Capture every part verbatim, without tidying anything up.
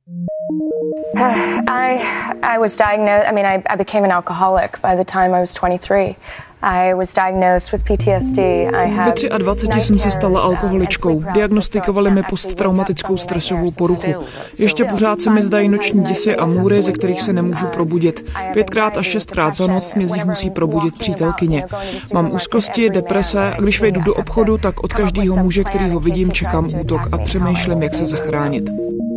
I I was diagnosed. I mean, I, I became an alcoholic by the time I was twenty-three. I was diagnosed with P T S D. I had Ve dvaceti třech jsem se stala alkoholičkou. Diagnostikovali mi posttraumatickou stresovou poruchu. Ještě pořád se mi zdají noční děsy a můry, ze kterých se nemůžu probudit. Pětkrát až šestkrát za noc mě z nich musí probudit přítelkyně. Mám úzkosti, deprese a když vejdu do obchodu, tak od každého muže, kterýho vidím, čekám útok a přemýšlím, jak se zachránit.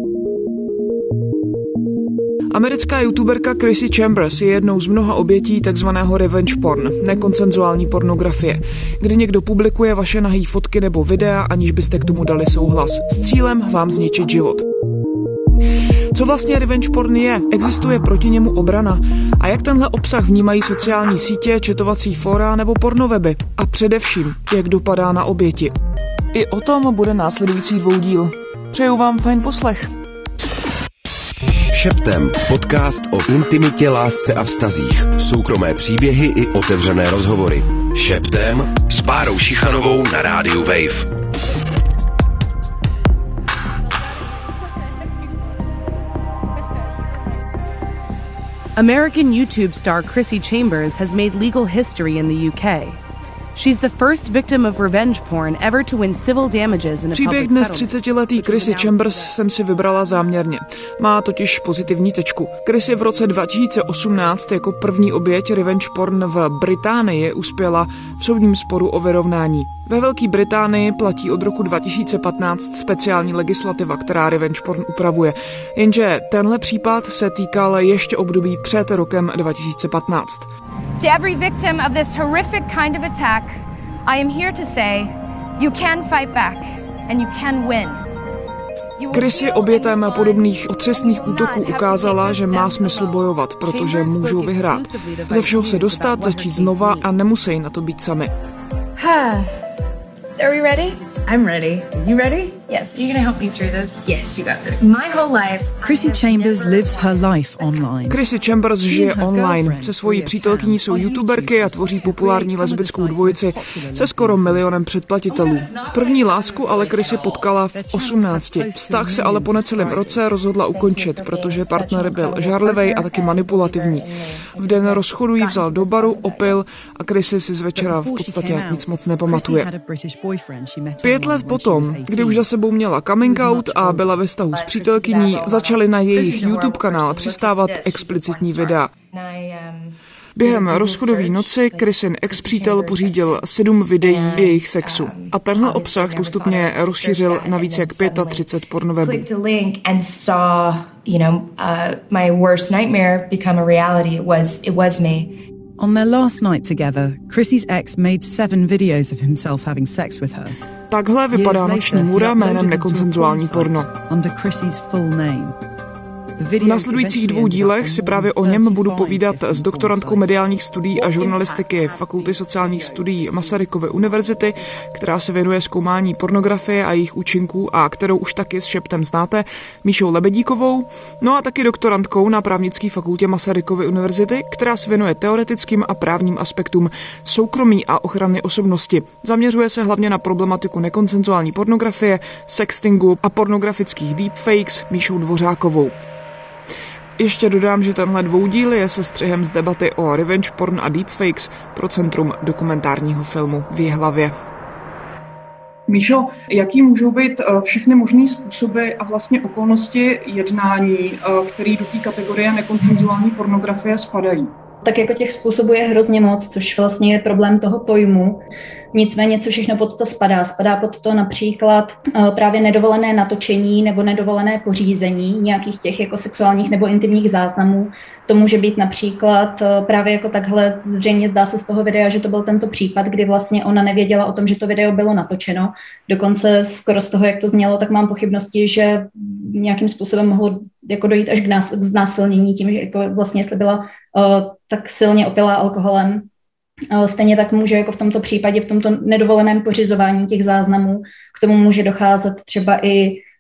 Americká youtuberka Chrissy Chambers je jednou z mnoha obětí takzvaného revenge porn, nekonsenzuální pornografie, kdy někdo publikuje vaše nahý fotky nebo videa, aniž byste k tomu dali souhlas, s cílem vám zničit život. Co vlastně revenge porn je? Existuje proti němu obrana? A jak tenhle obsah vnímají sociální sítě, četovací fóra nebo pornoveby? A především, jak dopadá na oběti? I o tom bude následující dvoudíl. Přeju vám fajn poslech. Šeptem, podcast o intimitě, lásce a vztazích. Soukromé příběhy i otevřené rozhovory. Šeptem s Bárou Šichanovou na rádiu Wave. American YouTube star Chrissy Chambers has made legal history in the U K. She's the first victim of revenge porn ever to win civil damages in a Příběh dnes třicetiletý Chrissy Chambers jsem si vybrala záměrně. Má totiž pozitivní tečku. Chrissy v roce dva tisíce osmnáct jako první oběť revenge porn v Británii uspěla v soudním sporu o vyrovnání. Ve Velké Británii platí od roku dva tisíce patnáct speciální legislativa, která revenge porn upravuje. Jenže tenhle případ se týkal ještě období před rokem dva tisíce patnáct. To every victim of this horrific kind of attack, I am here to say, you can fight back and you can win. Chrissy obětem podobných otřesných útoků ukázala, že má smysl bojovat, protože můžou vyhrát. Ze všeho se dostat, začít znova a nemusí na to být sami. Are we ready? I'm ready. You ready? Yes. You're gonna help me through this? Yes, you got this. My whole life. Chrissy Chambers lives her life online. Chrissy Chambers žije online. Se svojí přítelkyní jsou youtuberky a tvoří populární lesbickou dvojici se skoro milionem předplatitelů. První lásku ale Chrissy potkala v osmnácti. Vztah se ale po necelém roce rozhodla ukončit, protože partner byl žárlivý a taky manipulativní. V den rozchodu jí vzal do baru, opil a Chrissy si z večera v podstatě nic moc nepamatuje. Pět let potom, kdy už za sebou měla coming out a byla ve vztahu s přítelkyní, začaly na jejich YouTube kanál přistávat explicitní videa. Během rozchodové noci Chrissyn ex-přítel pořídil sedm videí jejich sexu a tenhle obsah postupně rozšířil na víc jak třicet pět pornovebů. On their last night together, Chrissy's ex made seven videos of himself having sex with her. Takhle vypadá noční můra jménem nekonsenzuální porno. Under Chrissy's full name. V následujících dvou dílech si právě o něm budu povídat s doktorantkou mediálních studií a žurnalistiky Fakulty sociálních studií Masarykovy univerzity, která se věnuje zkoumání pornografie a jejich účinků a kterou už taky s Šeptem znáte, Míšou Lebedíkovou, no a taky doktorantkou na právnické fakultě Masarykovy univerzity, která se věnuje teoretickým a právním aspektům soukromí a ochrany osobnosti. Zaměřuje se hlavně na problematiku nekonsenzuální pornografie, sextingu a pornografických deepfakes Míšou Dvořákovou. Ještě dodám, že tenhle dvoudíl je sestřihem z debaty o revenge porn a deepfakes pro Centrum dokumentárního filmu v Jihlavě. Míšo, jaký můžou být všechny možné způsoby a vlastně okolnosti jednání, které do té kategorie nekonsenzuální pornografie spadají? Tak jako těch způsobů je hrozně moc, což vlastně je problém toho pojmu. Nicméně, co všechno pod to spadá? Spadá pod to například právě nedovolené natočení nebo nedovolené pořízení nějakých těch jako sexuálních nebo intimních záznamů. To může být například právě jako takhle, zřejmě zdá se z toho videa, že to byl tento případ, kdy vlastně ona nevěděla o tom, že to video bylo natočeno. Dokonce skoro z toho, jak to znělo, tak mám pochybnosti, že nějakým způsobem mohlo jako dojít až k, nás, k znásilnění tím, že jako vlastně jestli byla uh, tak silně opilá alkoholem. Uh, stejně tak může jako v tomto případě, v tomto nedovoleném pořizování těch záznamů, k tomu může docházet třeba i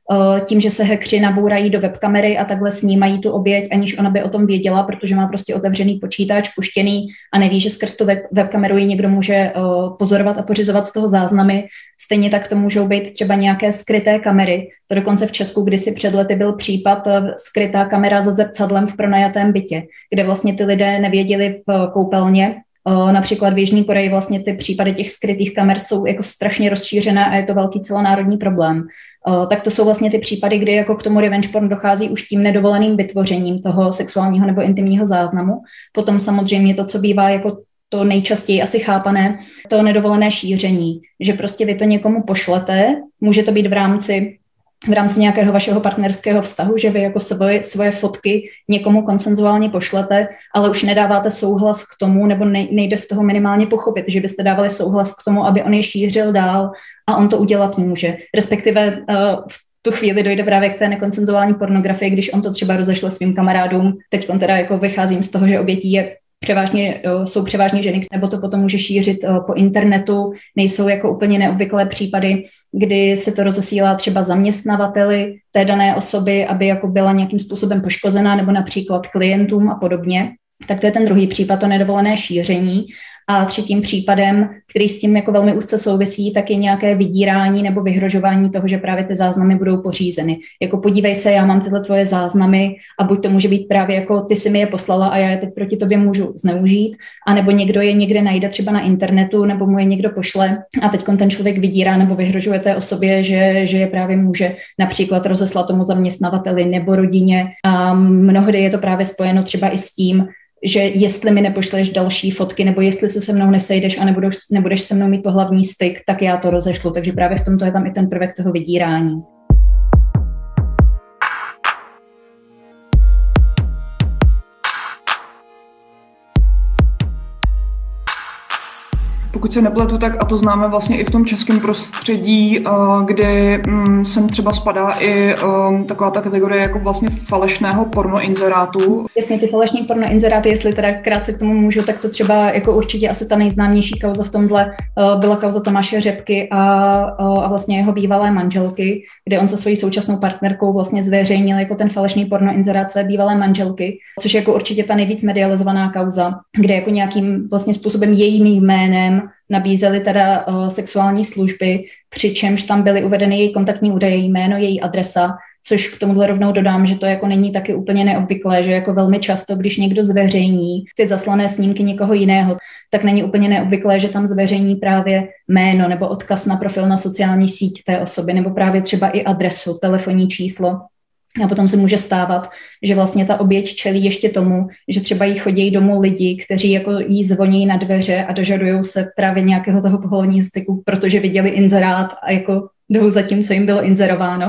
tím, že se hackři nabourají do webkamery a takhle snímají tu oběť, aniž ona by o tom věděla, protože má prostě otevřený počítač, puštěný a neví, že skrz tu web, webkameru ji někdo může pozorovat a pořizovat z toho záznamy. Stejně tak to můžou být třeba nějaké skryté kamery. To dokonce v Česku kdysi před lety byl případ skrytá kamera za zrcadlem v pronajatém bytě, kde vlastně ty lidé nevěděli v koupelně. Například v Jižní Koreji vlastně ty případy těch skrytých kamer jsou jako strašně rozšířené a je to velký celonárodní problém. Tak to jsou vlastně ty případy, kdy jako k tomu revenge porn dochází už tím nedovoleným vytvořením toho sexuálního nebo intimního záznamu. Potom samozřejmě to, co bývá jako to nejčastěji asi chápané, to nedovolené šíření, že prostě vy to někomu pošlete, může to být v rámci v rámci nějakého vašeho partnerského vztahu, že vy jako svoje, svoje fotky někomu konsenzuálně pošlete, ale už nedáváte souhlas k tomu, nebo nejde z toho minimálně pochopit, že byste dávali souhlas k tomu, aby on je šířil dál a on to udělat může. Respektive uh, v tu chvíli dojde právě k té nekonsenzuální pornografii, když on to třeba rozešle svým kamarádům. Teď teda jako vycházím z toho, že obětí je Převážně, jsou převážně ženy, nebo to potom může šířit po internetu. Nejsou jako úplně neobvyklé případy, kdy se to rozesílá třeba zaměstnavateli té dané osoby, aby jako byla nějakým způsobem poškozená, nebo například klientům a podobně. Tak to je ten druhý případ, to nedovolené šíření. A třetím případem, který s tím jako velmi úzce souvisí, tak je nějaké vydírání nebo vyhrožování toho, že právě ty záznamy budou pořízeny. Jako podívej se, já mám tyhle tvoje záznamy a buď to může být právě jako ty si mi je poslala a já je teď proti tobě můžu zneužít, anebo někdo je někde najde třeba na internetu, nebo mu je někdo pošle a teď ten člověk vydírá nebo vyhrožuje té osobě, že, že je právě může například rozeslat tomu zaměstnavateli nebo rodině. A mnohdy je to právě spojeno třeba i s tím, že jestli mi nepošleš další fotky, nebo jestli se se mnou nesejdeš a nebudeš, nebudeš se mnou mít pohlavní styk, tak já to rozešlu. Takže právě v tomto je tam i ten prvek toho vydírání. Pokud se nepletu, tak a to známe vlastně i v tom českém prostředí, kdy sem třeba spadá i taková ta kategorie jako vlastně falešného pornoinzerátu. Jasně, ty falešní pornoinzeráty, jestli teda krátce k tomu můžu, tak to třeba jako určitě asi ta nejznámější kauza v tomhle byla kauza Tomáše Řepky a, a vlastně jeho bývalé manželky, kde on se svojí současnou partnerkou vlastně zveřejnil jako ten falešný pornoinzerát své bývalé manželky, což je jako určitě ta nejvíc medializovaná kauza, kde jako nějakým vlastně způsobem jejím jménem nabízeli teda uh, sexuální služby, přičemž tam byly uvedeny její kontaktní údaje, jméno, její adresa, což k tomuhle rovnou dodám, že to jako není taky úplně neobvyklé, že jako velmi často, když někdo zveřejní ty zaslané snímky někoho jiného, tak není úplně neobvyklé, že tam zveřejní právě jméno nebo odkaz na profil na sociální síť té osoby, nebo právě třeba i adresu, telefonní číslo. A potom se může stávat, že vlastně ta oběť čelí ještě tomu, že třeba jí chodí domů lidi, kteří jako jí zvoní na dveře a dožadují se právě nějakého toho pohlavního styku, protože viděli inzerát a jako jdou za tím, co jim bylo inzerováno.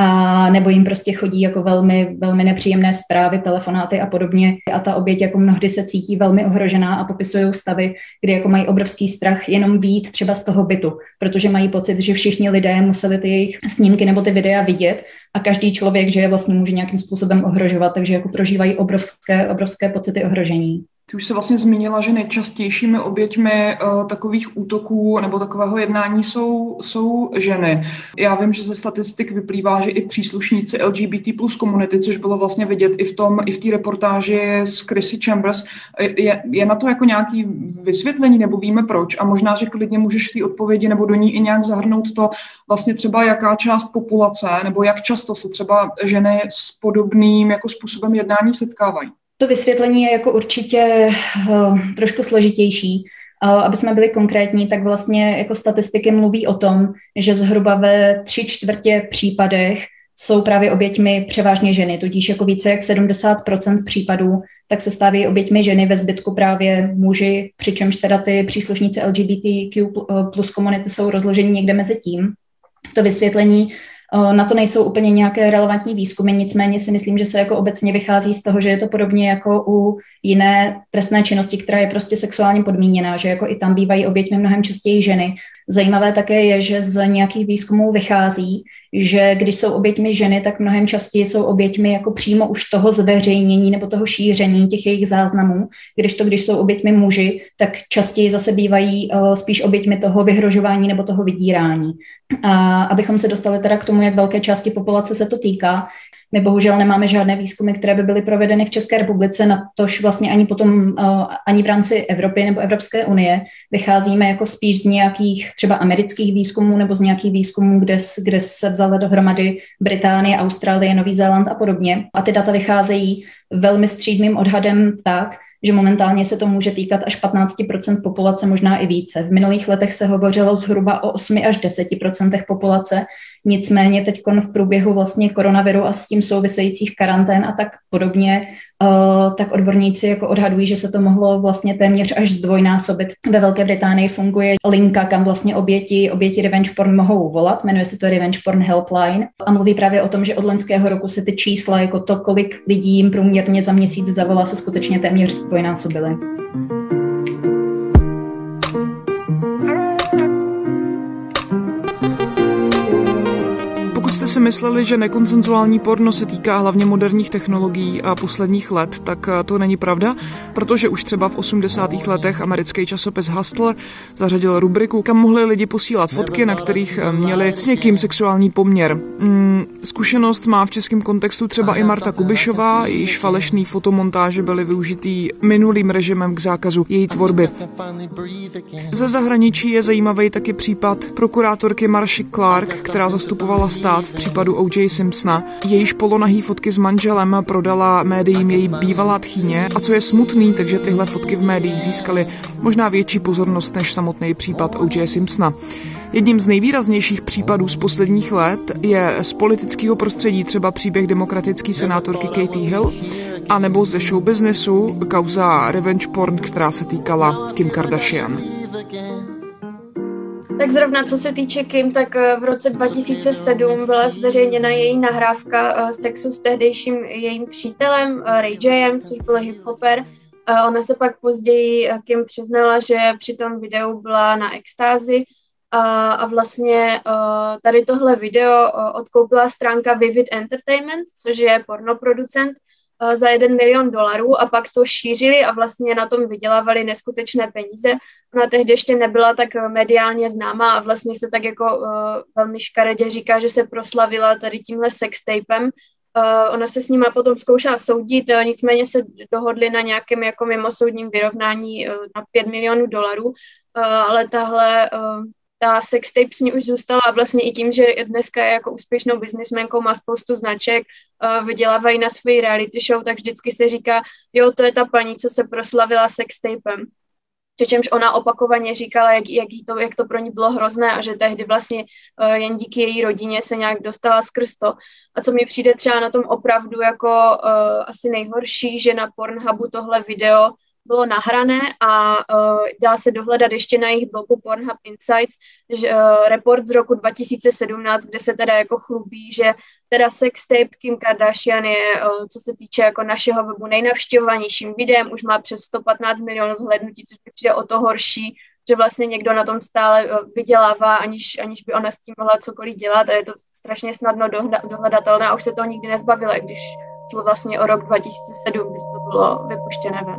A nebo jim prostě chodí jako velmi, velmi nepříjemné zprávy, telefonáty a podobně. A ta oběť jako mnohdy se cítí velmi ohrožená a popisují stavy, kdy jako mají obrovský strach jenom vyjít třeba z toho bytu, protože mají pocit, že všichni lidé museli ty jejich snímky nebo ty videa vidět a každý člověk, že je vlastně může nějakým způsobem ohrožovat, takže jako prožívají obrovské, obrovské pocity ohrožení. Ty už se vlastně zmínila, že nejčastějšími oběťmi uh, takových útoků nebo takového jednání jsou, jsou ženy. Já vím, že ze statistik vyplývá, že i příslušníci L G B T plus komunity, což bylo vlastně vidět i v tom, i v té reportáži s Chrissy Chambers, je, je na to jako nějaké vysvětlení, nebo víme proč? A možná, že klidně můžeš v té odpovědi nebo do ní i nějak zahrnout to, vlastně třeba jaká část populace, nebo jak často se třeba ženy s podobným jako způsobem jednání setkávají. To vysvětlení je jako určitě uh, trošku složitější. Uh, aby jsme byli konkrétní, tak vlastně jako statistiky mluví o tom, že zhruba ve tři čtvrtě případech jsou právě oběťmi převážně ženy, tudíž jako více jak sedmdesát procent případů, tak se stávají oběťmi ženy, ve zbytku právě muži, přičemž teda ty příslušníci L G B T Q plus komunity jsou rozloženi někde mezi tím. To vysvětlení na to nejsou úplně nějaké relevantní výzkumy, nicméně si myslím, že se jako obecně vychází z toho, že je to podobně jako u jiné trestné činnosti, která je prostě sexuálně podmíněná, že jako i tam bývají oběťmi mnohem častěji ženy. Zajímavé také je, že z nějakých výzkumů vychází, že když jsou oběťmi ženy, tak mnohem častěji jsou oběťmi jako přímo už toho zveřejnění nebo toho šíření těch jejich záznamů, když to, když jsou oběťmi muži, tak častěji zase bývají uh, spíš oběťmi toho vyhrožování nebo toho vydírání. A abychom se dostali teda k tomu, jak velké části populace se to týká, my bohužel nemáme žádné výzkumy, které by byly provedeny v České republice, na tož vlastně ani potom, uh, ani v rámci Evropy nebo Evropské unie. Vycházíme jako spíš z nějakých třeba amerických výzkumů nebo z nějakých výzkumů, kde, kde se vzala dohromady Británie, Austrálie, Nový Zéland a podobně. A ty data vycházejí velmi střídmým odhadem tak, že momentálně se to může týkat až patnáct procent populace, možná i více. V minulých letech se hovořilo zhruba o osm až deset procent populace, nicméně teď v průběhu vlastně koronaviru a s tím souvisejících karantén a tak podobně, uh, tak odborníci jako odhadují, že se to mohlo vlastně téměř až zdvojnásobit. Ve Velké Británii funguje linka, kam vlastně oběti, oběti revenge porn mohou volat, jmenuje se to Revenge Porn Helpline a mluví právě o tom, že od loňského roku se ty čísla, jako to, kolik lidí jim průměrně za měsíc zavolá, se skutečně téměř zdvojnásobily. Jste si mysleli, že nekonsenzuální porno se týká hlavně moderních technologií a posledních let, tak to není pravda, protože už třeba v osmdesátých letech americký časopis Hustler zařadil rubriku, kam mohli lidi posílat fotky, na kterých měli s někým sexuální poměr. Hmm, zkušenost má v českém kontextu třeba i Marta Kubišová, jejíž falešný fotomontáže byly využitý minulým režimem k zákazu její tvorby. Ze zahraničí je zajímavý taky případ prokurátorky Marcy Clark, která zastupovala stát v případu O J Simpsona. Jejíž polonahý fotky s manželem prodala médiím její bývalá tchýně a co je smutný, takže tyhle fotky v médiích získaly možná větší pozornost než samotný případ O J Simpsona. Jedním z nejvýraznějších případů z posledních let je z politického prostředí třeba příběh demokratické senátorky Katie Hill a nebo ze showbiznesu kauza revenge porn, která se týkala Kim Kardashian. Tak zrovna co se týče Kim, tak v roce dva tisíce sedm byla zveřejněna její nahrávka sexu s tehdejším jejím přítelem Ray Jem, což byl hip-hopper. Ona se pak později Kim přiznala, že při tom videu byla na extázi a vlastně tady tohle video odkoupila stránka Vivid Entertainment, což je pornoproducent, za jeden milion dolarů a pak to šířili a vlastně na tom vydělávali neskutečné peníze. Ona tehdy ještě nebyla tak mediálně známá a vlastně se tak jako uh, velmi škaredě říká, že se proslavila tady tímhle sextapem. Uh, ona se s nima potom zkoušela soudit, uh, nicméně se dohodli na nějakém jako mimosoudním vyrovnání uh, na pět milionů dolarů, uh, ale tahle uh, ta sextape s ní už zůstala a vlastně i tím, že dneska je jako úspěšnou biznismenkou, má spoustu značek, uh, vydělávají na svůj reality show, tak vždycky se říká, jo, to je ta paní, co se proslavila sextapem. Přičemž ona opakovaně říkala, jak, jak, to, jak to pro ní bylo hrozné a že tehdy vlastně uh, jen díky její rodině se nějak dostala skrz to. A co mi přijde třeba na tom opravdu jako uh, asi nejhorší, že na Pornhubu tohle video bylo nahrané a uh, dá se dohledat ještě na jejich blogu Pornhub Insights, že, uh, report z roku dva tisíce sedmnáct, kde se teda jako chlubí, že teda sextape Kim Kardashian je, uh, co se týče jako našeho webu, nejnavštěvovanějším videem, už má přes sto patnáct milionů zhlédnutí, což mi přijde o to horší, že vlastně někdo na tom stále uh, vydělává, aniž, aniž by ona s tím mohla cokoliv dělat a je to strašně snadno dohledatelné a už se toho nikdy nezbavila, když šlo vlastně o rok dva tisíce sedm, když to bylo vypuštěné ven.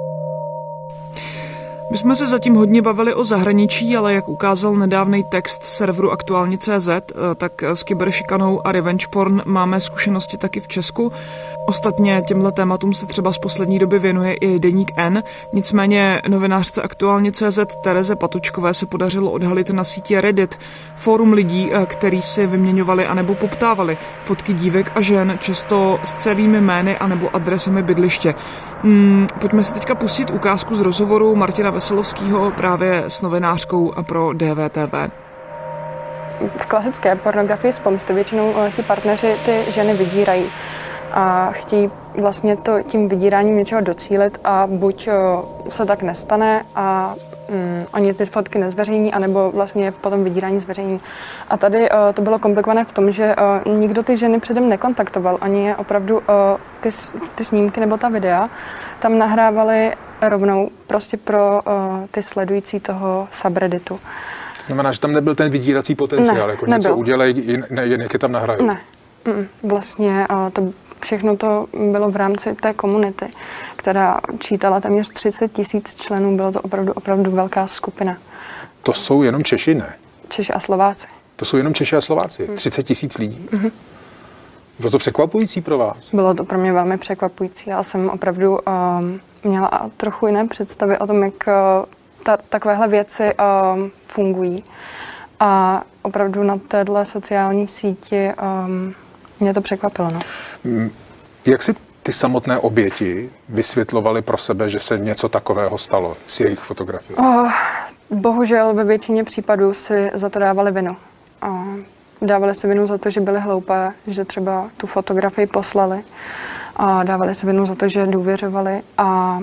My jsme se zatím hodně bavili o zahraničí, ale jak ukázal nedávný text serveru aktuálně tečka cé zet, tak s kyberšikanou a revenge porn máme zkušenosti taky v Česku. Ostatně těmhle tématům se třeba z poslední doby věnuje i deník N, nicméně novinářce aktuálně tečka cé zet Tereze Patočkové se podařilo odhalit na síti Reddit fórum lidí, který si vyměňovali anebo poptávali fotky dívek a žen, často s celými jmény anebo adresami bydliště. Hmm, pojďme si teďka pustit ukázku z rozhovoru Martina Veselovského právě s novinářkou pro D V T V. V klasické pornografii z pomsty většinou ti partneři ty ženy vydírají a chtějí vlastně to tím vydíráním něčeho docílit a buď se tak nestane a mm, oni ty fotky nezveřejní, anebo vlastně potom vydírání zveřejní. A tady uh, to bylo komplikované v tom, že uh, nikdo ty ženy předem nekontaktoval, oni je opravdu uh, ty, ty snímky nebo ta videa tam nahrávali rovnou prostě pro uh, ty sledující toho subredditu. To znamená, že tam nebyl ten vydírací potenciál, ne, jako nebyl. něco udělej, jen jak je tam nahrají. Ne, vlastně to, všechno to bylo v rámci té komunity, která čítala téměř třicet tisíc členů, bylo to opravdu, opravdu velká skupina. To jsou jenom Češi, ne? Češi a Slováci. To jsou jenom Češi a Slováci, hmm. třicet tisíc lidí. Hmm. Bylo to překvapující pro vás? Bylo to pro mě velmi překvapující. Já jsem opravdu um, měla trochu jiné představy o tom, jak uh, ta, takovéhle věci um, fungují. A opravdu na téhle sociální síti um, mě to překvapilo. No. Jak si ty samotné oběti vysvětlovaly pro sebe, že se něco takového stalo s jejich fotografií? Oh, bohužel ve většině případů si za to dávali vinu. Uh, dávali si vinu za to, že byli hloupé, že třeba tu fotografii poslali. A dávali si vinu za to, že důvěřovali. A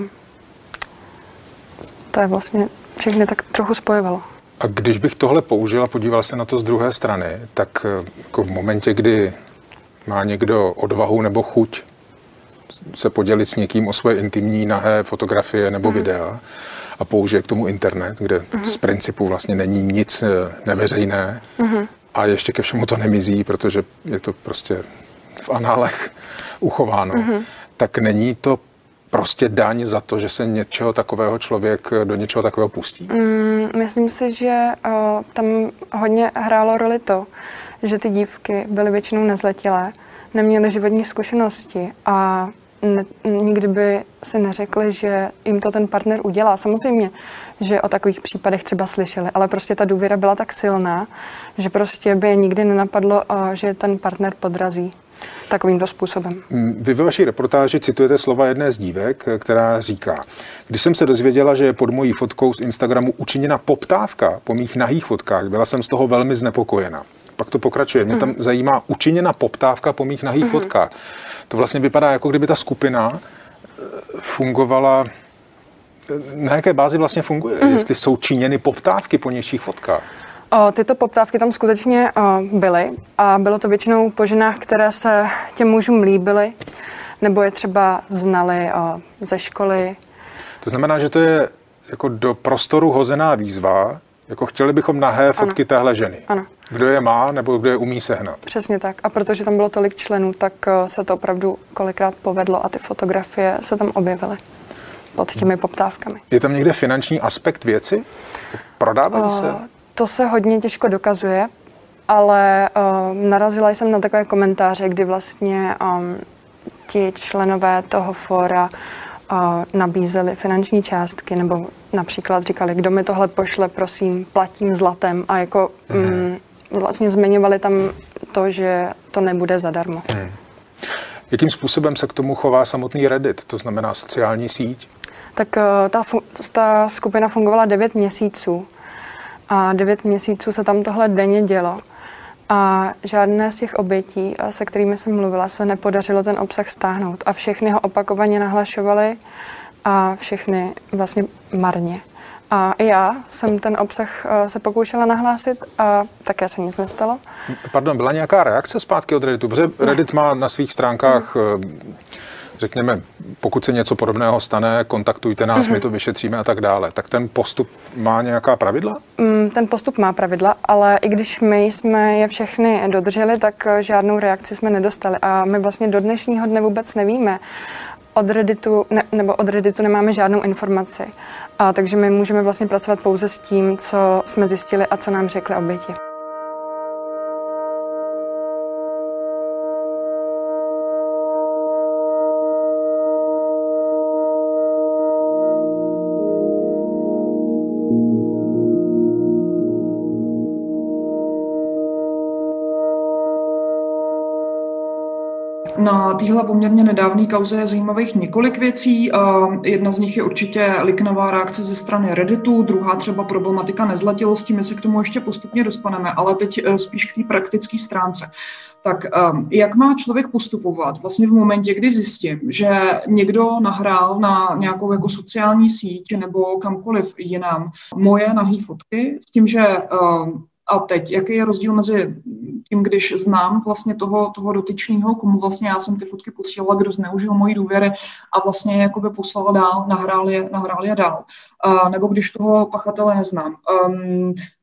to je vlastně všechny tak trochu spojovalo. A když bych tohle použil a podíval se na to z druhé strany, tak jako v momentě, kdy má někdo odvahu nebo chuť se podělit s někým o své intimní nahé fotografie nebo mm. videa a použije k tomu internet, kde mm. z principu vlastně není nic neveřejné mm. a ještě ke všemu to nemizí, protože je to prostě v análech uchováno, mm. tak není to prostě daň za to, že se něčeho takového člověk do něčeho takového pustí? Mm, myslím si, že uh, tam hodně hrálo roli to, že ty dívky byly většinou nezletilé, neměly životní zkušenosti a ne, nikdy by si neřekli, že jim to ten partner udělá. Samozřejmě, že o takových případech třeba slyšeli, ale prostě ta důvěra byla tak silná, že prostě by je nikdy nenapadlo, uh, že ten partner podrazí takovýmto způsobem. Vy ve vaší reportáži citujete slova jedné z dívek, která říká: když jsem se dozvěděla, že je pod mojí fotkou z Instagramu učiněna poptávka po mých nahých fotkách, byla jsem z toho velmi znepokojena. Pak to pokračuje. Mě tam zajímá učiněna poptávka po mých nahých fotkách. To vlastně vypadá, jako kdyby ta skupina fungovala. Na jaké bázi vlastně funguje? Jestli jsou činěny poptávky po něčích fotkách? O, tyto poptávky tam skutečně o, byly a bylo to většinou po ženách, které se těm mužům líbily, nebo je třeba znali o, ze školy. To znamená, že to je jako do prostoru hozená výzva, jako chtěli bychom nahé fotky ano. téhle ženy. Ano. Kdo je má, nebo kdo je umí sehnat. Přesně tak. A protože tam bylo tolik členů, tak se to opravdu kolikrát povedlo a ty fotografie se tam objevily pod těmi poptávkami. Je tam někde finanční aspekt věci? Prodávají o, se? To se hodně těžko dokazuje, ale uh, narazila jsem na takové komentáře, kdy vlastně um, ti členové toho fóra uh, nabízeli finanční částky, nebo například říkali, kdo mi tohle pošle, prosím, platím zlatem a jako um, vlastně zmiňovali tam to, že to nebude zadarmo. Hmm. Jakým způsobem se k tomu chová samotný Reddit, to znamená sociální síť? Tak uh, ta, ta skupina fungovala devět měsíců. A devět měsíců se tam tohle denně dělo. A žádné z těch obětí, se kterými jsem mluvila, se nepodařilo ten obsah stáhnout. A všechny ho opakovaně nahlašovali a všechny vlastně marně. A i já jsem ten obsah se pokoušela nahlásit a také se nic nestalo. Pardon, byla nějaká reakce zpátky od Redditu? Protože Reddit má na svých stránkách... Hmm. Řekněme, pokud se něco podobného stane, kontaktujte nás, mm-hmm. my to vyšetříme a tak dále. Tak ten postup má nějaká pravidla? Mm, ten postup má pravidla, ale i když my jsme je všechny dodrželi, tak žádnou reakci jsme nedostali. A my vlastně do dnešního dne vůbec nevíme. Od Redditu, ne, nebo od Redditu nemáme žádnou informaci. A takže my můžeme vlastně pracovat pouze s tím, co jsme zjistili a co nám řekli oběti. Na téhle poměrně nedávné kauze je zajímavých několik věcí. Jedna z nich je určitě liknavá reakce ze strany Redditu, druhá třeba problematika nezletilosti, my se k tomu ještě postupně dostaneme, ale teď spíš k té praktické stránce. Tak jak má člověk postupovat vlastně v momentě, kdy zjistím, že někdo nahrál na nějakou jako sociální síť nebo kamkoliv jinam moje nahý fotky s tím, že a teď, jaký je rozdíl mezi tím, když znám vlastně toho, toho dotyčného, komu vlastně já jsem ty fotky posílala, kdo zneužil mojí důvěry a vlastně jakoby poslal dál, nahrál je, nahrál je dál. A, nebo když toho pachatele neznám. Um,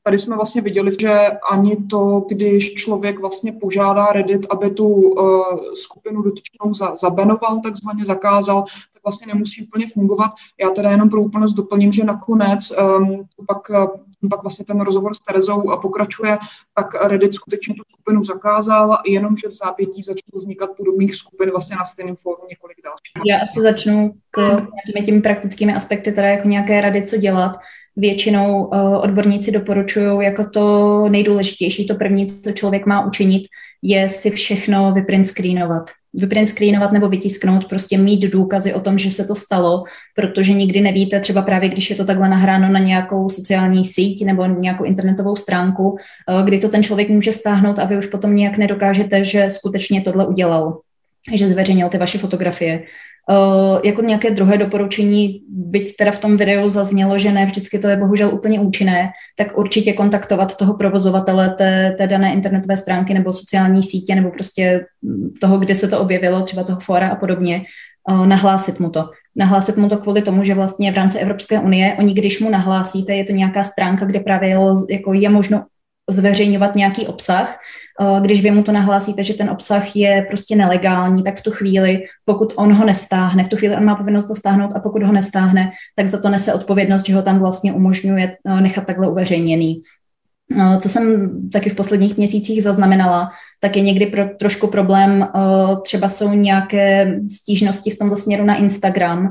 tady jsme vlastně viděli, že ani to, když člověk vlastně požádá Reddit, aby tu uh, skupinu dotyčnou za, zabanoval, takzvaně zakázal, tak vlastně nemusí úplně fungovat. Já teda jenom pro úplnost doplním, že nakonec um, pak, pak vlastně ten rozhovor s Terezou pokračuje, tak Reddit skutečně tu skupinu zakázal, jenomže v zápětí začalo vznikat podobných skupin vlastně na stejném fóru několik dalších. Já asi začnu k nějakými těmi praktickými aspekty, teda jako nějaké rady, co dělat. Většinou uh, odborníci doporučují jako to nejdůležitější, to první, co člověk má učinit, je si všechno vyprint screenovat. Vyprint screenovat nebo vytisknout, prostě mít důkazy o tom, že se to stalo, protože nikdy nevíte, třeba právě když je to takhle nahráno na nějakou sociální síť nebo nějakou internetovou stránku, uh, kdy to ten člověk může stáhnout a vy už potom nějak nedokážete, že skutečně tohle udělal, že zveřejnil ty vaše fotografie. Uh, jako nějaké druhé doporučení, byť teda v tom videu zaznělo, že ne vždycky to je bohužel úplně účinné, tak určitě kontaktovat toho provozovatele té, té dané internetové stránky nebo sociální sítě nebo prostě toho, kde se to objevilo, třeba toho fóra a podobně, uh, nahlásit mu to. Nahlásit mu to kvůli tomu, že vlastně v rámci Evropské unie, oni když mu nahlásíte, je to nějaká stránka, kde právě je, jako je možno zveřejňovat nějaký obsah. Když vy mu to nahlásíte, že ten obsah je prostě nelegální, tak v tu chvíli, pokud on ho nestáhne, v tu chvíli on má povinnost to stáhnout a pokud ho nestáhne, tak za to nese odpovědnost, že ho tam vlastně umožňuje nechat takhle uveřejněný. Co jsem taky v posledních měsících zaznamenala, tak je někdy pro, trošku problém, třeba jsou nějaké stížnosti v tomto směru na Instagram,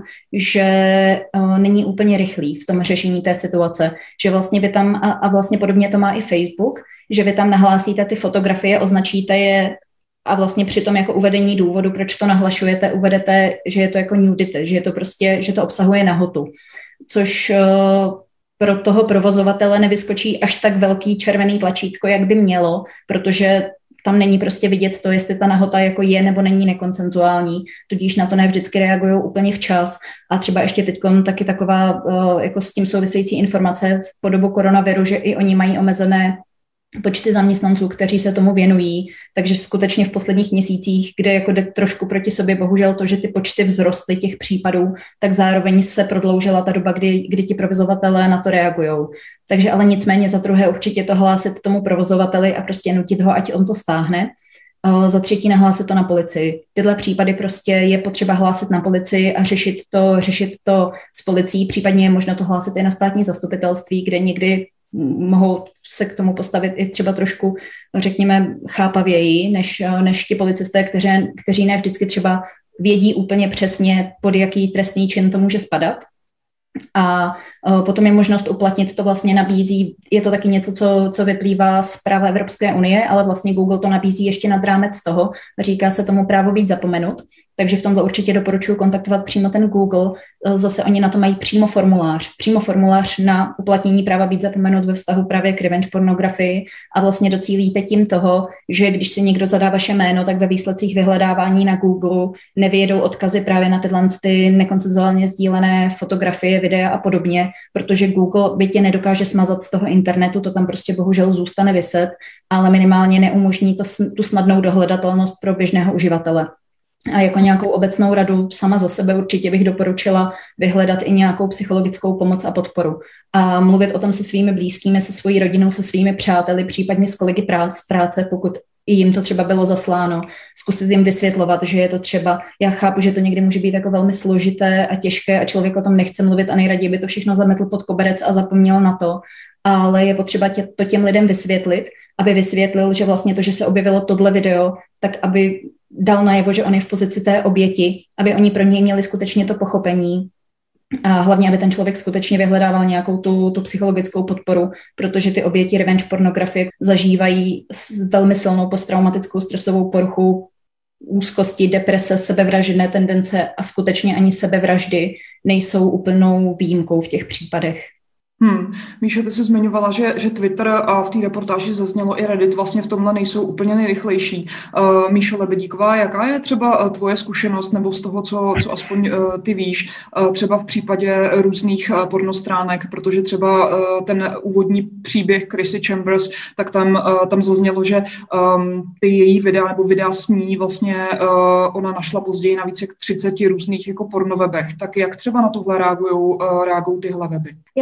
že není úplně rychlý v tom řešení té situace, že vlastně vy tam, a, a vlastně podobně to má i Facebook, že vy tam nahlásíte ty fotografie, označíte je a vlastně při tom jako uvedení důvodu, proč to nahlašujete, uvedete, že je to jako nudity, že je to prostě, že to obsahuje nahotu, což pro toho provozovatele nevyskočí až tak velký červený tlačítko, jak by mělo, protože tam není prostě vidět to, jestli ta nahota jako je nebo není nekonsenzuální, tudíž na to ne vždycky reagují úplně včas. A třeba ještě teď taky taková jako s tím související informace po dobu koronaviru, že i oni mají omezené počty zaměstnanců, kteří se tomu věnují, takže skutečně v posledních měsících, kde jako jde trošku proti sobě, bohužel to, že ty počty vzrostly těch případů, tak zároveň se prodloužila ta doba, kdy, kdy ti provozovatelé na to reagujou. Takže ale nicméně za druhé určitě to hlásit tomu provozovateli a prostě nutit ho, ať on to stáhne. Uh, za třetí nahlásit to na policii. Tyhle případy prostě je potřeba hlásit na policii a řešit to, řešit to s policií, případně je možno to hlásit i na státní zastupitelství, kde někdy mohou se k tomu postavit i třeba trošku, řekněme, chápavěji, než, než ti policisté, kteří, kteří ne vždycky třeba vědí úplně přesně, pod jaký trestný čin to může spadat. A potom je možnost uplatnit, to vlastně nabízí, je to taky něco, co, co vyplývá z práva Evropské unie, ale vlastně Google to nabízí ještě nad rámec toho, říká se tomu právo být zapomenut, takže v tomto určitě doporučuji kontaktovat přímo ten Google, zase oni na to mají přímo formulář, přímo formulář na uplatnění práva být zapomenut ve vztahu právě k revenge pornografii a vlastně docílíte tím toho, že když si někdo zadá vaše jméno, tak ve výsledcích vyhledávání na Google nevyjedou odkazy právě na tyhle ty nekonsenzuálně sdílené fotografie, videa a podobně, protože Google by tě nedokáže smazat z toho internetu, to tam prostě bohužel zůstane viset, ale minimálně neumožní to, tu snadnou dohledatelnost pro běžného uživatele. A jako nějakou obecnou radu sama za sebe určitě bych doporučila vyhledat i nějakou psychologickou pomoc a podporu. A mluvit o tom se svými blízkými, se svojí rodinou, se svými přáteli, případně s kolegy z práce, pokud i jim to třeba bylo zasláno. Zkusit jim vysvětlovat, že je to třeba, já chápu, že to někdy může být jako velmi složité a těžké a člověk o tom nechce mluvit a nejraději by to všechno zametl pod koberec a zapomněl na to, ale je potřeba tě, to těm lidem vysvětlit, aby vysvětlil, že vlastně to, že se objevilo tohle video, tak aby dal najevo, že on je v pozici té oběti, aby oni pro něj měli skutečně to pochopení a hlavně, aby ten člověk skutečně vyhledával nějakou tu, tu psychologickou podporu, protože ty oběti revenge pornografie zažívají velmi silnou posttraumatickou stresovou poruchu, úzkosti, deprese, sebevražedné tendence a skutečně ani sebevraždy nejsou úplnou výjimkou v těch případech. Hmm. Míšo, ty jsi zmiňovala, že, že Twitter a v té reportáži zaznělo i Reddit vlastně v tomhle nejsou úplně nejrychlejší. Uh, Míšo Lebedíková, jaká je třeba tvoje zkušenost nebo z toho, co, co aspoň uh, ty víš, uh, třeba v případě různých uh, pornostránek, protože třeba uh, ten úvodní příběh Chrissy Chambers, tak tam, uh, tam zaznělo, že um, ty její videa nebo videa s ní vlastně uh, ona našla později na více jak třiceti různých jako pornovebech. Tak jak třeba na tohle reagují uh, reagují tyhle weby? Já se k tomu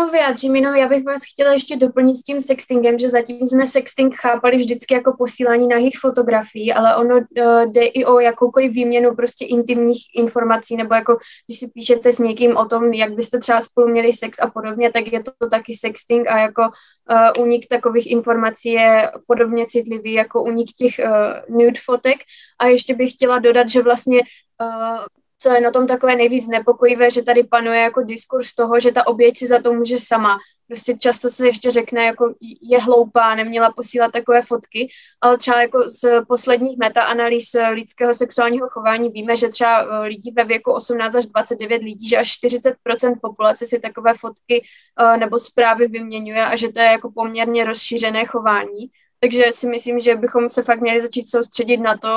tomu vyjádřím, jenom já bych vás chtěla ještě doplnit s tím sextingem, že zatím jsme sexting chápali vždycky jako posílání nahých fotografií, ale ono uh, jde i o jakoukoliv výměnu prostě intimních informací, nebo jako když si píšete s někým o tom, jak byste třeba spolu měli sex a podobně, tak je to, to taky sexting a jako uh, únik takových informací je podobně citlivý jako únik těch uh, nude fotek. A ještě bych chtěla dodat, že vlastně uh, co je na tom takové nejvíc nepokojivé, že tady panuje jako diskurs toho, že ta oběť si za to může sama. Prostě často se ještě řekne, jako je hloupá, neměla posílat takové fotky, ale třeba jako z posledních metaanalýz lidského sexuálního chování víme, že třeba lidi ve věku osmnáct až dvacet devět lidí, že až čtyřicet procent populace si takové fotky nebo zprávy vyměňuje a že to je jako poměrně rozšířené chování. Takže si myslím, že bychom se fakt měli začít soustředit na to,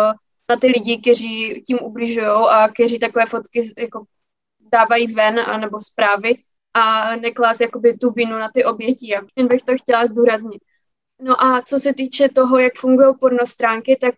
na ty lidi, kteří tím ubližují a kteří takové fotky jako dávají ven a nebo zprávy a neklást jakoby tu vinu na ty oběti. Jen bych to chtěla zdůraznit. No a co se týče toho, jak fungují pornostránky, tak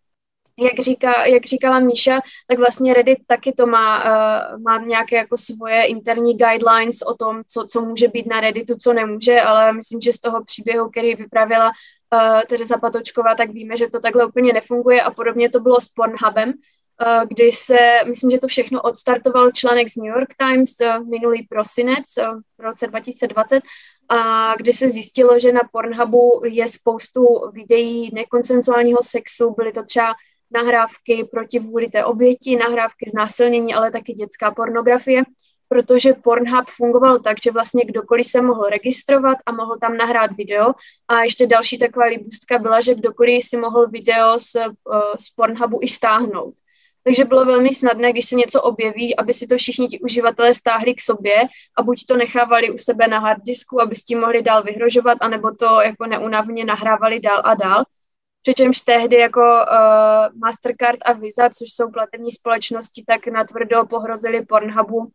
jak, říká, jak říkala Míša, tak vlastně Reddit taky to má, má nějaké jako svoje interní guidelines o tom, co, co může být na Redditu, co nemůže, ale myslím, že z toho příběhu, který vypravila Uh, Tereza Patočková, tak víme, že to takhle úplně nefunguje a podobně to bylo s Pornhubem, uh, kdy se, myslím, že to všechno odstartoval článek z New York Times uh, minulý prosinec uh, v roce dva tisíce dvacet, a kdy se zjistilo, že na Pornhubu je spoustu videí nekonsensuálního sexu, byly to třeba nahrávky proti vůli té oběti, nahrávky znásilnění, ale taky dětská pornografie, protože Pornhub fungoval tak, že vlastně kdokoliv se mohl registrovat a mohl tam nahrát video. A ještě další taková libůstka byla, že kdokoliv si mohl video z, z Pornhubu i stáhnout. Takže bylo velmi snadné, když se něco objeví, aby si to všichni ti uživatelé stáhli k sobě a buď to nechávali u sebe na harddisku, aby s tím mohli dál vyhrožovat, anebo to jako neúnavně nahrávali dál a dál. Přičemž tehdy jako uh, Mastercard a Visa, což jsou platební společnosti, tak natvrdo pohrozili Pornhubu,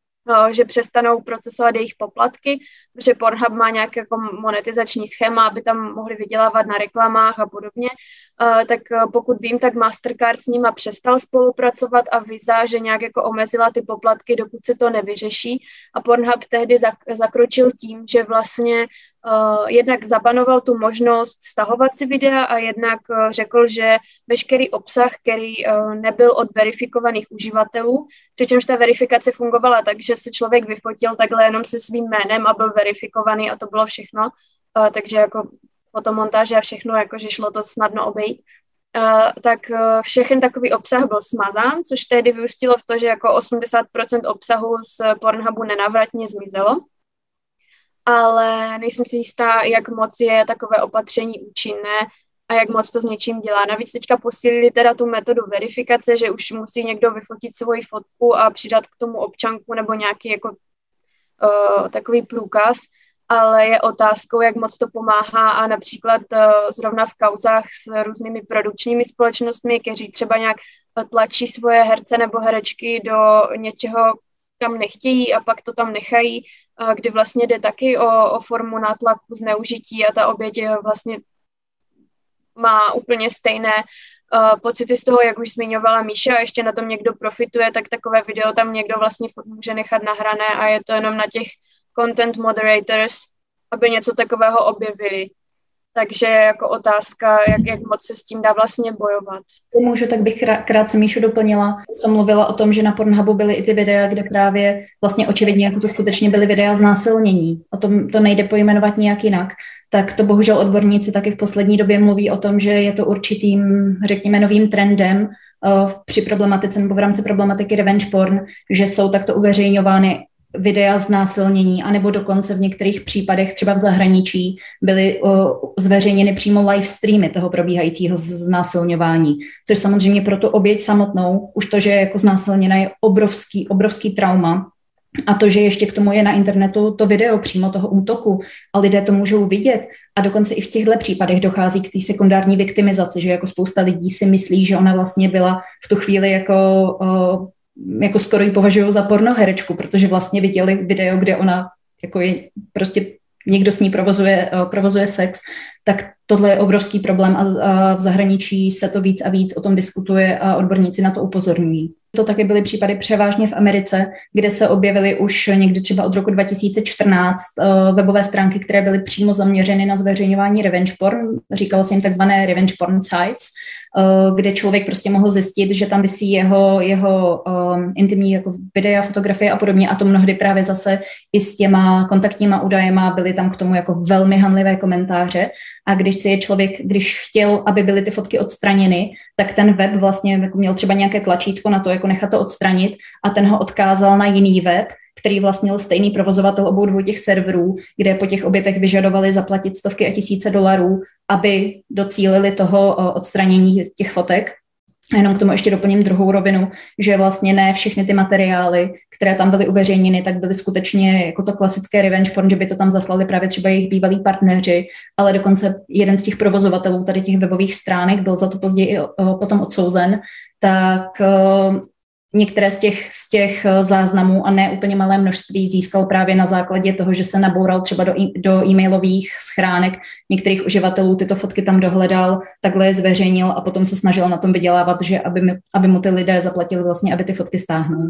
že přestanou procesovat jejich poplatky, protože Pornhub má nějaké jako monetizační schéma, aby tam mohli vydělávat na reklamách a podobně. Tak pokud vím, tak Mastercard s nima přestal spolupracovat a Visa, že nějak jako omezila ty poplatky, dokud se to nevyřeší. A Pornhub tehdy zakročil tím, že vlastně Uh, jednak zabanoval tu možnost stahovat si videa a jednak uh, řekl, že veškerý obsah, který uh, nebyl od verifikovaných uživatelů, přičemž ta verifikace fungovala tak, že se člověk vyfotil takhle jenom se svým jménem a byl verifikovaný a to bylo všechno, uh, takže jako fotomontáže a všechno, jakože šlo to snadno obejít, uh, tak uh, všechen takový obsah byl smazán, což tehdy vyústilo v to, že jako osmdesát procent obsahu z Pornhubu nenávratně zmizelo. Ale nejsem si jistá, jak moc je takové opatření účinné a jak moc to s něčím dělá. Navíc teďka posílili teda tu metodu verifikace, že už musí někdo vyfotit svoji fotku a přidat k tomu občanku nebo nějaký jako uh, takový průkaz, ale je otázkou, jak moc to pomáhá a například uh, zrovna v kauzách s různými produkčními společnostmi, kteří třeba nějak tlačí svoje herce nebo herečky do něčeho, kam nechtějí a pak to tam nechají, kdy vlastně jde taky o, o formu nátlaku, zneužití a ta oběť vlastně má úplně stejné uh, pocity z toho, jak už zmiňovala Míša, a ještě na tom někdo profituje, tak takové video tam někdo vlastně může nechat nahrané a je to jenom na těch content moderators, aby něco takového objevili. Takže jako otázka, jak, jak moc se s tím dá vlastně bojovat. Můžu, tak bych krátce Míšu doplnila. Jsem mluvila o tom, že na Pornhubu byly i ty videa, kde právě vlastně očividně jako to skutečně byly videa znásilnění. O tom to nejde pojmenovat nějak jinak. Tak to bohužel odborníci taky v poslední době mluví o tom, že je to určitým, řekněme, novým trendem uh, při problematice nebo v rámci problematiky revenge porn, že jsou takto uveřejňovány videa znásilnění, anebo dokonce v některých případech, třeba v zahraničí, byly o, zveřejněny přímo live streamy toho probíhajícího znásilňování, což samozřejmě pro tu oběť samotnou, už to, že je jako znásilněna, je obrovský, obrovský trauma. A to, že ještě k tomu je na internetu to video přímo toho útoku a lidé to můžou vidět a dokonce i v těchto případech dochází k té sekundární viktimizaci, že jako spousta lidí si myslí, že ona vlastně byla v tu chvíli jako... O, jako skoro ji považují za pornoherečku, protože vlastně viděli video, kde ona jako je prostě někdo s ní provozuje, provozuje sex, tak tohle je obrovský problém a, a v zahraničí se to víc a víc o tom diskutuje a odborníci na to upozorňují. To taky byly případy převážně v Americe, kde se objevily už někdy třeba od roku dva tisíce čtrnáct webové stránky, které byly přímo zaměřeny na zveřejňování revenge porn. Říkalo se jim takzvané revenge porn sites, kde člověk prostě mohl zjistit, že tam visí jeho, jeho um, intimní jako videa, fotografie a podobně. A to mnohdy právě zase i s těma kontaktníma údajema byly tam k tomu jako velmi hanlivé komentáře. A když si je člověk, když chtěl, aby byly ty fotky odstraněny, tak ten web vlastně jako měl třeba nějaké tlačítko na to, jako nechat to odstranit a ten ho odkázal na jiný web, který vlastnil stejný provozovatel obou dvou těch serverů, kde po těch obětech vyžadovali zaplatit stovky a tisíce dolarů, aby docílili toho odstranění těch fotek. A jenom k tomu ještě doplním druhou rovinu, že vlastně ne všechny ty materiály, které tam byly uveřejněny, tak byly skutečně jako to klasické revenge porn, že by to tam zaslali právě třeba jejich bývalí partneři, ale dokonce jeden z těch provozovatelů tady těch webových stránek byl za to později i potom odsouzen, tak některé z těch, z těch záznamů a ne úplně malé množství získal právě na základě toho, že se naboural třeba do, e- do e-mailových schránek některých uživatelů, tyto fotky tam dohledal, takhle je zveřejnil a potom se snažil na tom vydělávat, že aby, mi, aby mu ty lidé zaplatili vlastně, aby ty fotky stáhnul.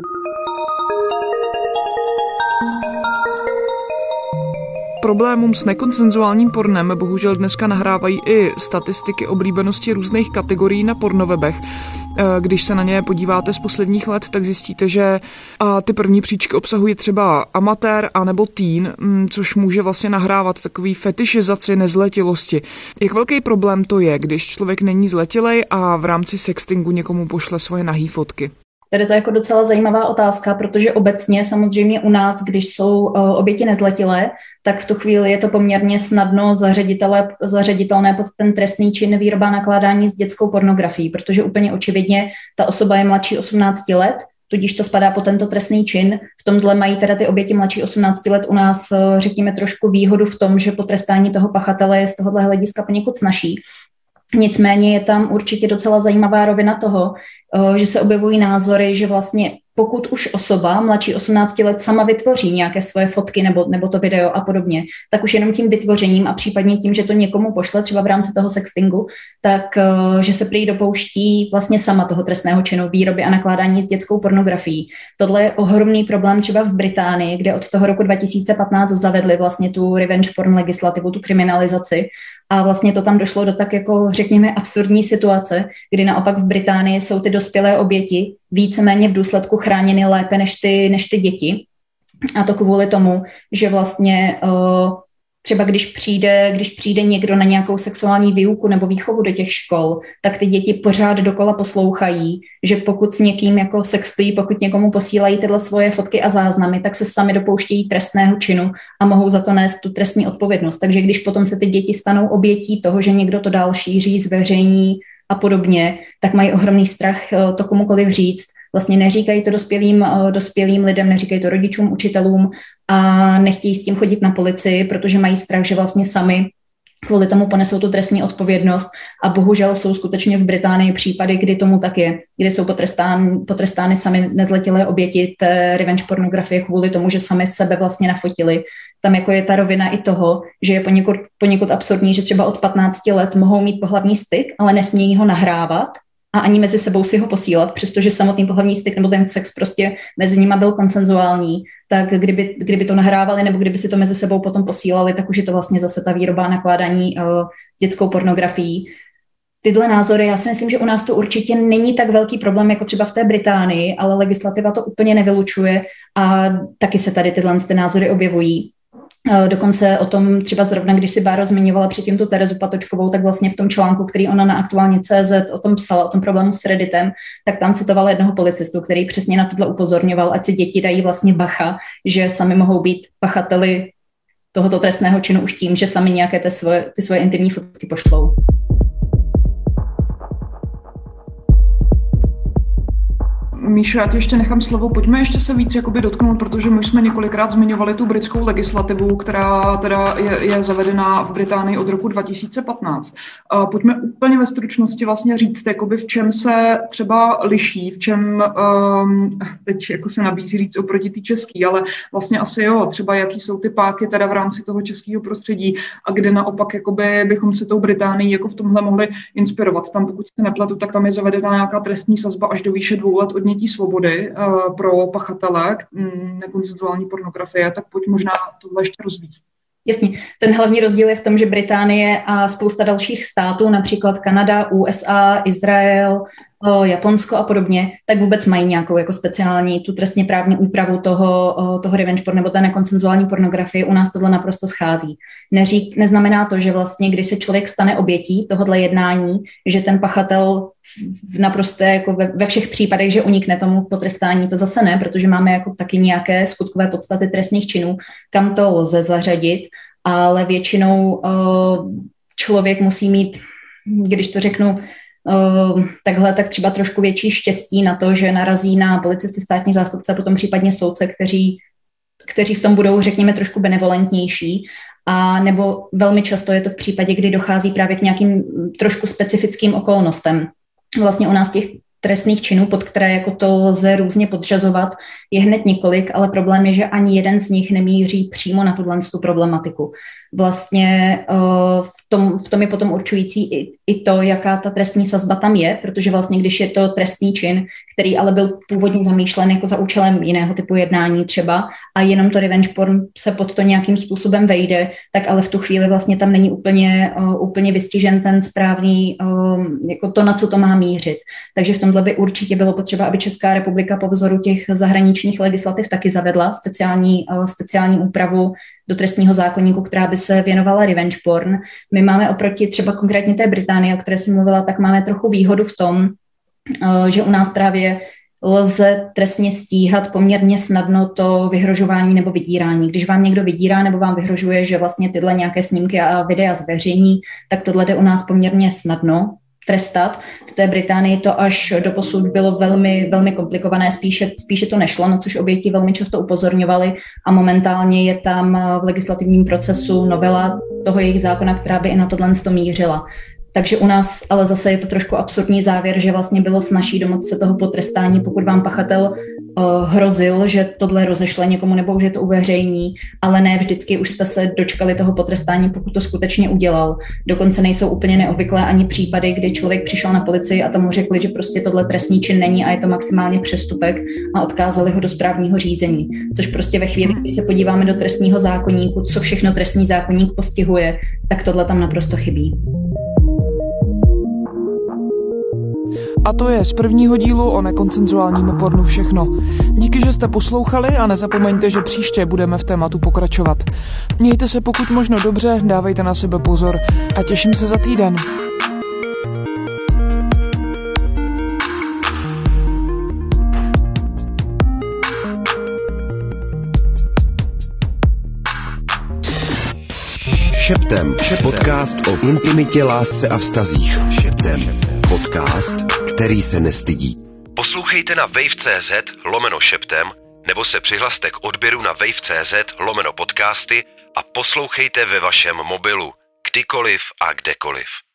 Problémům s nekonsenzuálním pornem bohužel dneska nahrávají i statistiky oblíbenosti různých kategorií na pornovebech. Když se na ně podíváte z posledních let, tak zjistíte, že ty první příčky obsahují třeba amatér anebo teen, což může vlastně nahrávat takový fetišizaci nezletilosti. Jak velký problém to je, když člověk není zletilej a v rámci sextingu někomu pošle svoje nahý fotky? Tady to je jako docela zajímavá otázka, protože obecně samozřejmě u nás, když jsou oběti nezletilé, tak v tu chvíli je to poměrně snadno zařaditelné pod ten trestný čin výroba nakládání s dětskou pornografií, protože úplně očividně ta osoba je mladší osmnácti let, tudíž to spadá pod tento trestný čin. V tomhle mají teda ty oběti mladší osmnácti let u nás, řekněme, trošku výhodu v tom, že potrestání toho pachatele je z tohohle hlediska poněkud snazší. Nicméně je tam určitě docela zajímavá rovina toho, že se objevují názory, že vlastně pokud už osoba mladší osmnácti let sama vytvoří nějaké svoje fotky nebo, nebo to video a podobně, tak už jenom tím vytvořením a případně tím, že to někomu pošle třeba v rámci toho sextingu, tak že se prý dopouští vlastně sama toho trestného činu výroby a nakládání s dětskou pornografií. Tohle je ohromný problém třeba v Británii, kde od toho roku dva tisíce patnáct zavedli vlastně tu revenge porn legislativu, tu kriminalizaci. A vlastně to tam došlo do tak jako, řekněme, absurdní situace, kdy naopak v Británii jsou ty dospělé oběti víceméně v důsledku chráněny lépe než ty, než ty děti. A to kvůli tomu, že vlastně uh, třeba když přijde, když přijde někdo na nějakou sexuální výuku nebo výchovu do těch škol, tak ty děti pořád dokola poslouchají, že pokud s někým jako sextují, pokud někomu posílají tyhle svoje fotky a záznamy, tak se sami dopouštějí trestného činu a mohou za to nést tu trestní odpovědnost. Takže když potom se ty děti stanou obětí toho, že někdo to dál šíří, zveřejní a podobně, tak mají ohromný strach to komukoliv říct. Vlastně neříkají to dospělým, dospělým lidem, neříkají to rodičům, učitelům a nechtějí s tím chodit na policii, protože mají strach, že vlastně sami kvůli tomu ponesou tu trestní odpovědnost a bohužel jsou skutečně v Británii případy, kdy tomu tak je, kdy jsou potrestány, potrestány sami nezletilé oběti té revenge pornografie kvůli tomu, že sami sebe vlastně nafotili. Tam jako je ta rovina i toho, že je poněkud, poněkud absurdní, že třeba od patnácti let mohou mít pohlavní styk, ale nesmějí ho nahrávat a ani mezi sebou si ho posílat, přestože samotný pohlavní styk nebo ten sex prostě mezi nimi byl konsenzuální, tak kdyby, kdyby to nahrávali nebo kdyby si to mezi sebou potom posílali, tak už je to vlastně zase ta výroba a nakládání uh, dětskou pornografií. Tyhle názory, já si myslím, že u nás to určitě není tak velký problém jako třeba v té Británii, ale legislativa to úplně nevylučuje a taky se tady tyhle ty názory objevují. Dokonce o tom třeba zrovna, když si Báro zmiňovala předtím tu Terezu Patočkovou, tak vlastně v tom článku, který ona na aktuálně tečka cé zet o tom psala, o tom problému s Redditem, tak tam citovala jednoho policistu, který přesně na tohle upozorňoval, ať si děti dají vlastně bacha, že sami mohou být pachateli tohoto trestného činu už tím, že sami nějaké ty svoje, ty svoje intimní fotky pošlou. Míšo, já ti ještě nechám slovo. Pojďme ještě se víc jakoby dotknout, protože my jsme několikrát zmiňovali tu britskou legislativu, která teda je, je zavedená v Británii od roku dva tisíce patnáct. Pojďme úplně ve stručnosti vlastně říct, jakoby v čem se třeba liší, v čem, um, teď jako se nabízí říct oproti té český, ale vlastně asi jo, třeba jaký jsou ty páky teda v rámci toho českého prostředí a kde naopak jakoby bychom se tou Británií jako v tomhle mohli inspirovat. Tam pokud se nepletu, tak tam je zavedená nějaká trestní sazba až do výše dvou let odnětí odnětí svobody pro pachatele nekonsenzuální pornografie, tak pojď možná tohle ještě rozvíct. Jasně, ten hlavní rozdíl je v tom, že Británie a spousta dalších států, například Kanada, U S A, Izrael, Japonsko a podobně, tak vůbec mají nějakou jako speciální tu trestně právní úpravu toho, toho revenge porn nebo té nekonsenzuální pornografie. U nás tohle naprosto schází. Neřík, neznamená to, že vlastně, když se člověk stane obětí tohohle jednání, že ten pachatel v naprosto jako ve, ve všech případech, že unikne tomu potrestání, to zase ne, protože máme jako taky nějaké skutkové podstaty trestných činů, kam to lze zařadit, ale většinou uh, člověk musí mít, když to řeknu, Uh, takhle tak třeba trošku větší štěstí na to, že narazí na policisty, státní zástupce a potom případně soudce, kteří, kteří v tom budou, řekněme, trošku benevolentnější. A nebo velmi často je to v případě, kdy dochází právě k nějakým trošku specifickým okolnostem. Vlastně u nás těch trestných činů, pod které jako to lze různě podřazovat, je hned několik, ale problém je, že ani jeden z nich nemíří přímo na tuhle tu problematiku. Vlastně v tom, v tom je potom určující i, i to, jaká ta trestní sazba tam je, protože vlastně když je to trestný čin, který ale byl původně zamýšlen jako za účelem jiného typu jednání třeba a jenom to revenge porn se pod to nějakým způsobem vejde, tak ale v tu chvíli vlastně tam není úplně, uh, úplně vystižen ten správný, uh, jako to, na co to má mířit. Takže v tomhle by určitě bylo potřeba, aby Česká republika po vzoru těch zahraničních legislativ taky zavedla speciální, uh, speciální úpravu do trestního zákoníku, která by se věnovala revenge porn. My máme oproti třeba konkrétně té Británii, o které jsem mluvila, tak máme trochu výhodu v tom, že u nás právě lze trestně stíhat poměrně snadno to vyhrožování nebo vydírání. Když vám někdo vydírá nebo vám vyhrožuje, že vlastně tyhle nějaké snímky a videa zveřejní, tak tohle jde u nás poměrně snadno trestat. V té Británii to až doposud bylo velmi, velmi komplikované, spíše, spíše to nešlo, na což oběti velmi často upozorňovali a momentálně je tam v legislativním procesu novela toho jejich zákona, která by i na tohle mířila. Takže u nás ale zase je to trošku absurdní závěr, že vlastně bylo snazší domoct se toho potrestání, pokud vám pachatel uh, hrozil, že tohle rozešle někomu nebo že to uveřejní, ale ne vždycky už jste se dočkali toho potrestání, pokud to skutečně udělal. Dokonce nejsou úplně neobvyklé ani případy, kdy člověk přišel na policii a tam mu řekli, že prostě tohle trestný čin není a je to maximálně přestupek a odkázali ho do správního řízení. Což prostě ve chvíli, když se podíváme do trestního zákoníku, co všechno trestní zákoník postihuje, tak tohle tam naprosto chybí. A to je z prvního dílu o nekonsenzuálním pornu všechno. Díky, že jste poslouchali a nezapomeňte, že příště budeme v tématu pokračovat. Mějte se pokud možno dobře, dávejte na sebe pozor a těším se za týden. Šeptem. Podcast o intimitě, lásce a vztazích. Šeptem. Podcast, který se nestydí. Poslouchejte na wave.cz lomeno šeptem nebo se přihlaste k odběru na wave.cz lomeno podcasty a poslouchejte ve vašem mobilu, kdykoliv a kdekoliv.